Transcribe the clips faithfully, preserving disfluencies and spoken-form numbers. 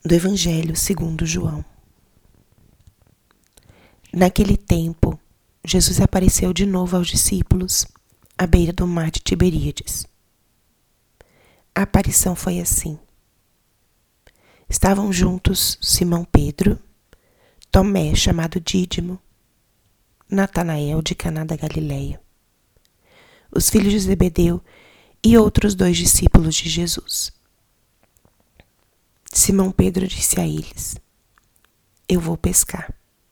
do Evangelho segundo João. Naquele tempo, Jesus apareceu de novo aos discípulos à beira do mar de Tiberíades. A aparição foi assim. Estavam juntos Simão Pedro, Tomé, chamado Dídimo, Natanael de Caná da Galileia, os filhos de Zebedeu e outros dois discípulos de Jesus. Simão Pedro disse a eles: Eu vou pescar.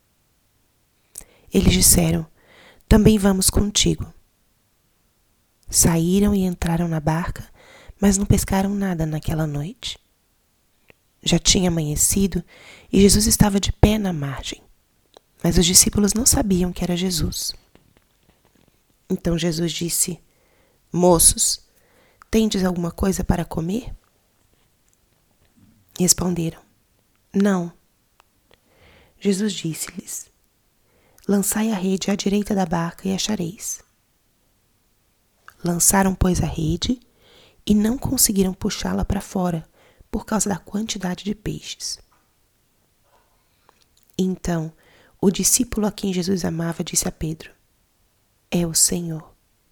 Eles disseram: Também vamos contigo. Saíram e entraram na barca, mas não pescaram nada naquela noite. Já tinha amanhecido e Jesus estava de pé na margem, mas os discípulos não sabiam que era Jesus. Então Jesus disse: Moços, tendes alguma coisa para comer? Responderam: Não. Jesus disse-lhes: Lançai a rede à direita da barca e achareis. Lançaram, pois, a rede e não conseguiram puxá-la para fora por causa da quantidade de peixes. Então, o discípulo a quem Jesus amava disse a Pedro: É o Senhor.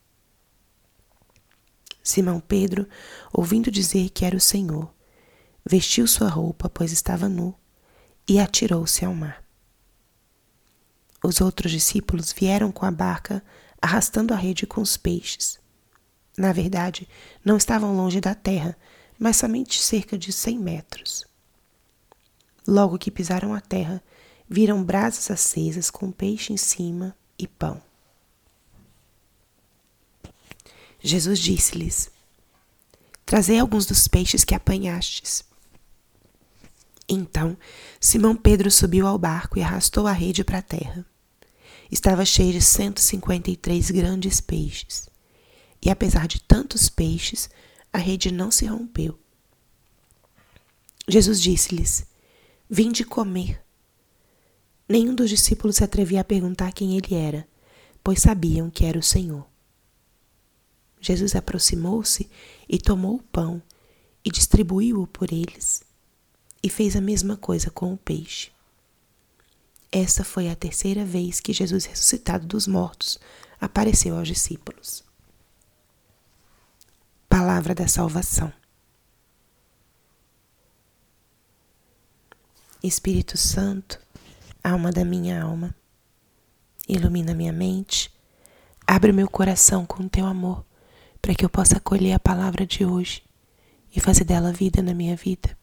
Simão Pedro, ouvindo dizer que era o Senhor, vestiu sua roupa, pois estava nu, e atirou-se ao mar. Os outros discípulos vieram com a barca, arrastando a rede com os peixes. Na verdade, não estavam longe da terra, mas somente cerca de cem metros. Logo que pisaram a terra, viram brasas acesas com peixe em cima e pão. Jesus disse-lhes: Trazei alguns dos peixes que apanhastes. Então, Simão Pedro subiu ao barco e arrastou a rede para a terra. Estava cheia de cento e cinquenta e três grandes peixes. E apesar de tantos peixes, a rede não se rompeu. Jesus disse-lhes: Vinde comer. Nenhum dos discípulos se atrevia a perguntar quem ele era, pois sabiam que era o Senhor. Jesus aproximou-se e tomou o pão e distribuiu-o por eles, e fez a mesma coisa com o peixe. Essa foi a terceira vez que Jesus, ressuscitado dos mortos, apareceu aos discípulos. Palavra da salvação. Espírito Santo, alma da minha alma, ilumina minha mente, abre meu coração com teu amor, para que eu possa acolher a palavra de hoje e fazer dela vida na minha vida.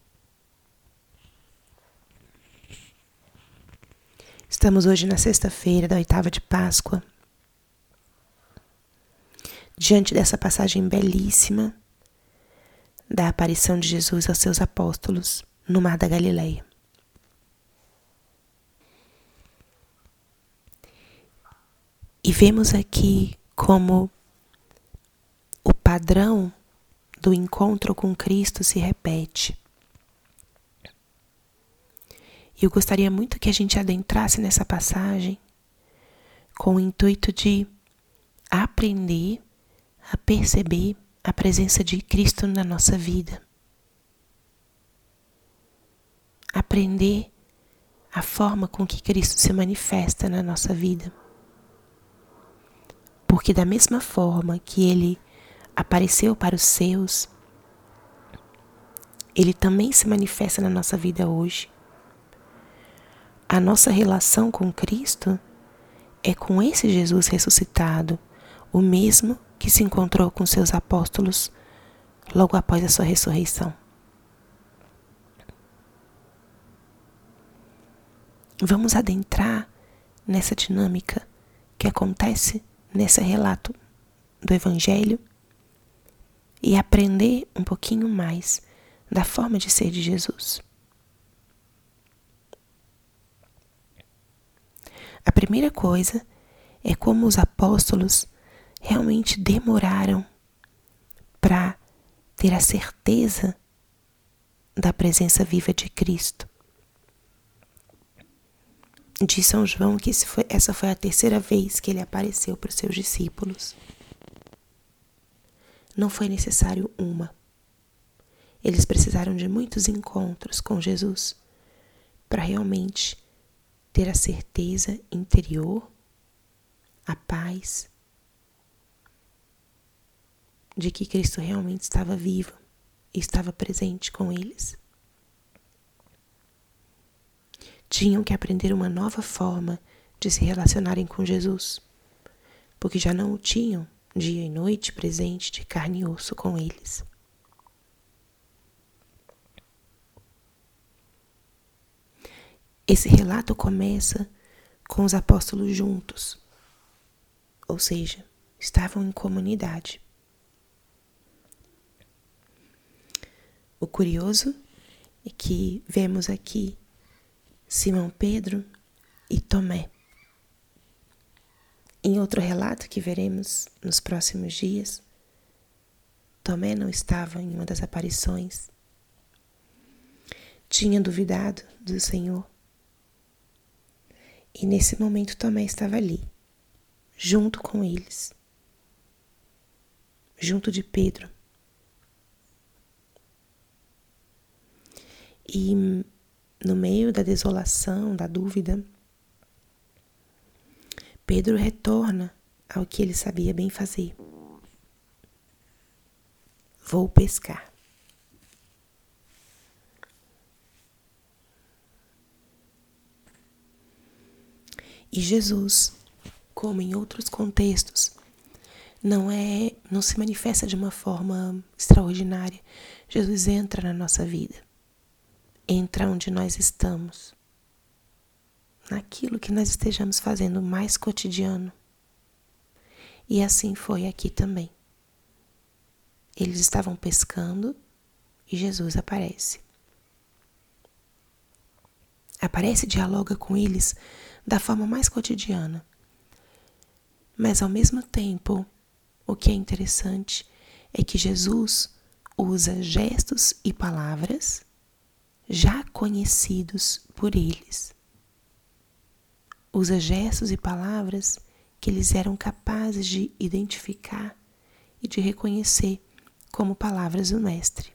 Estamos hoje na sexta-feira da oitava de Páscoa, diante dessa passagem belíssima da aparição de Jesus aos seus apóstolos no Mar da Galileia. E vemos aqui como o padrão do encontro com Cristo se repete. E eu gostaria muito que a gente adentrasse nessa passagem com o intuito de aprender a perceber a presença de Cristo na nossa vida. Aprender a forma com que Cristo se manifesta na nossa vida. Porque da mesma forma que Ele apareceu para os seus, Ele também se manifesta na nossa vida hoje. A nossa relação com Cristo é com esse Jesus ressuscitado, o mesmo que se encontrou com seus apóstolos logo após a sua ressurreição. Vamos adentrar nessa dinâmica que acontece nesse relato do Evangelho e aprender um pouquinho mais da forma de ser de Jesus. A primeira coisa é como os apóstolos realmente demoraram para ter a certeza da presença viva de Cristo. Diz São João que esse foi, essa foi a terceira vez que ele apareceu para os seus discípulos. Não foi necessário uma. Eles precisaram de muitos encontros com Jesus para realmente ter a certeza interior, a paz de que Cristo realmente estava vivo e estava presente com eles. Tinham que aprender uma nova forma de se relacionarem com Jesus, porque já não o tinham dia e noite presente de carne e osso com eles. Esse relato começa com os apóstolos juntos, ou seja, estavam em comunidade. O curioso é que vemos aqui Simão Pedro e Tomé. Em outro relato que veremos nos próximos dias, Tomé não estava em uma das aparições. Tinha duvidado do Senhor. E nesse momento Tomé estava ali, junto com eles, junto de Pedro. E no meio da desolação, da dúvida, Pedro retorna ao que ele sabia bem fazer. Vou pescar. E Jesus, como em outros contextos, não é, não se manifesta de uma forma extraordinária. Jesus entra na nossa vida, entra onde nós estamos, naquilo que nós estejamos fazendo mais cotidiano. E assim foi aqui também. Eles estavam pescando e Jesus aparece. Aparece e dialoga com eles da forma mais cotidiana. Mas ao mesmo tempo, o que é interessante é que Jesus usa gestos e palavras já conhecidos por eles. Usa gestos e palavras que eles eram capazes de identificar e de reconhecer como palavras do Mestre.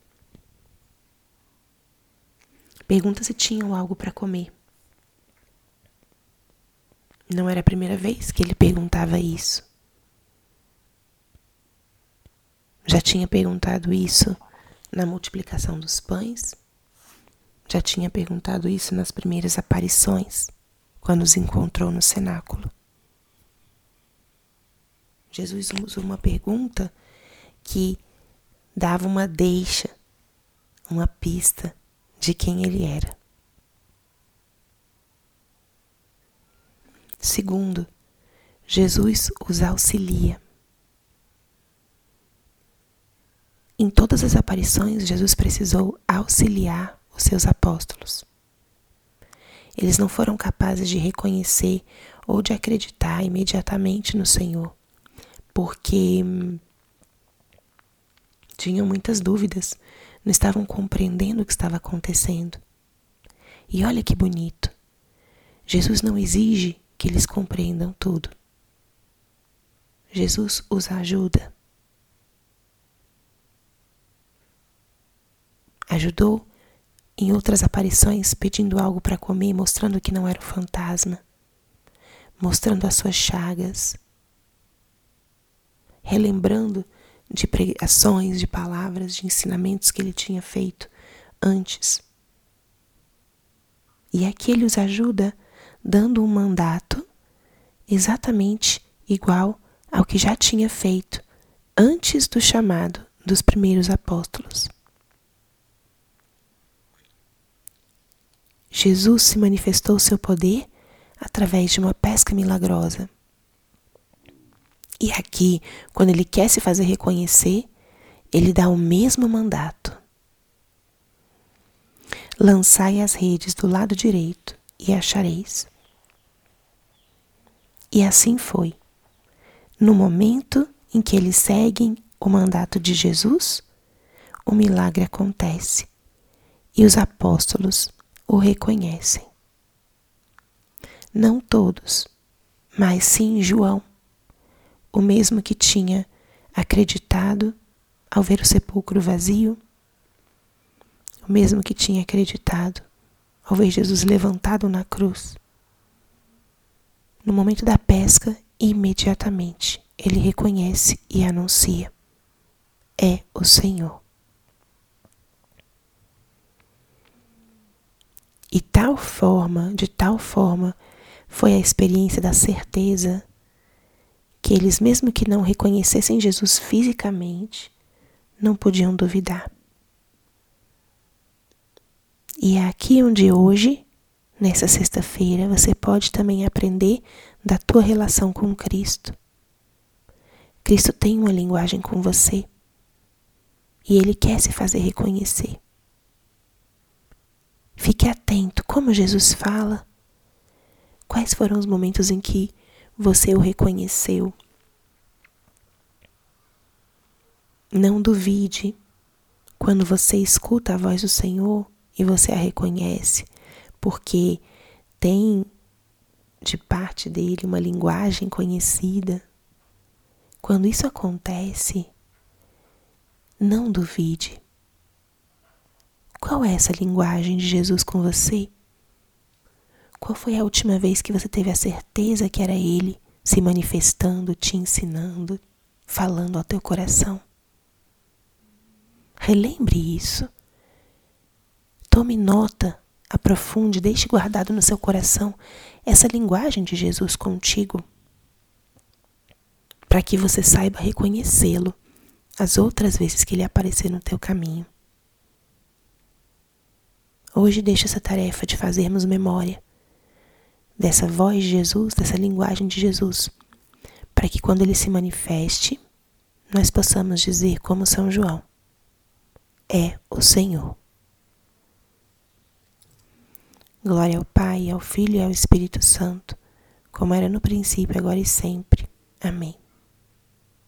Pergunta se tinham algo para comer. Não era a primeira vez que ele perguntava isso. Já tinha perguntado isso na multiplicação dos pães. Já tinha perguntado isso nas primeiras aparições, quando os encontrou no cenáculo. Jesus usou uma pergunta que dava uma deixa, uma pista de quem ele era. Segundo, Jesus os auxilia. Em todas as aparições, Jesus precisou auxiliar os seus apóstolos. Eles não foram capazes de reconhecer ou de acreditar imediatamente no Senhor, porque tinham muitas dúvidas, não estavam compreendendo o que estava acontecendo. E olha que bonito, Jesus não exige que eles compreendam tudo. Jesus os ajuda. Ajudou em outras aparições pedindo algo para comer, mostrando que não era um fantasma, mostrando as suas chagas, relembrando de pregações, de palavras, de ensinamentos que ele tinha feito antes. E aqui ele os ajuda dando um mandato exatamente igual ao que já tinha feito antes do chamado dos primeiros apóstolos. Jesus se manifestou seu poder através de uma pesca milagrosa. E aqui, quando ele quer se fazer reconhecer, ele dá o mesmo mandato. Lançai as redes do lado direito e achareis. E assim foi. No momento em que eles seguem o mandato de Jesus, o milagre acontece e os apóstolos o reconhecem. Não todos, mas sim João, o mesmo que tinha acreditado ao ver o sepulcro vazio, o mesmo que tinha acreditado ao ver Jesus levantado na cruz. No momento da pesca, imediatamente ele reconhece e anuncia: é o Senhor. E tal forma, de tal forma, foi a experiência da certeza que eles, mesmo que não reconhecessem Jesus fisicamente, não podiam duvidar. E é aqui onde hoje, nessa sexta-feira, você pode também aprender da tua relação com Cristo. Cristo tem uma linguagem com você e Ele quer se fazer reconhecer. Fique atento como Jesus fala. Quais foram os momentos em que você o reconheceu? Não duvide quando você escuta a voz do Senhor e você a reconhece, porque tem de parte dele uma linguagem conhecida. Quando isso acontece, não duvide. Qual é essa linguagem de Jesus com você? Qual foi a última vez que você teve a certeza que era Ele se manifestando, te ensinando, falando ao teu coração? Relembre isso. Tome nota, aprofunde, deixe guardado no seu coração essa linguagem de Jesus contigo, para que você saiba reconhecê-lo as outras vezes que ele aparecer no teu caminho. Hoje deixa essa tarefa de fazermos memória dessa voz de Jesus, dessa linguagem de Jesus, para que quando ele se manifeste, nós possamos dizer como São João: é o Senhor. Glória ao Pai, ao Filho e ao Espírito Santo, como era no princípio, agora e sempre. Amém.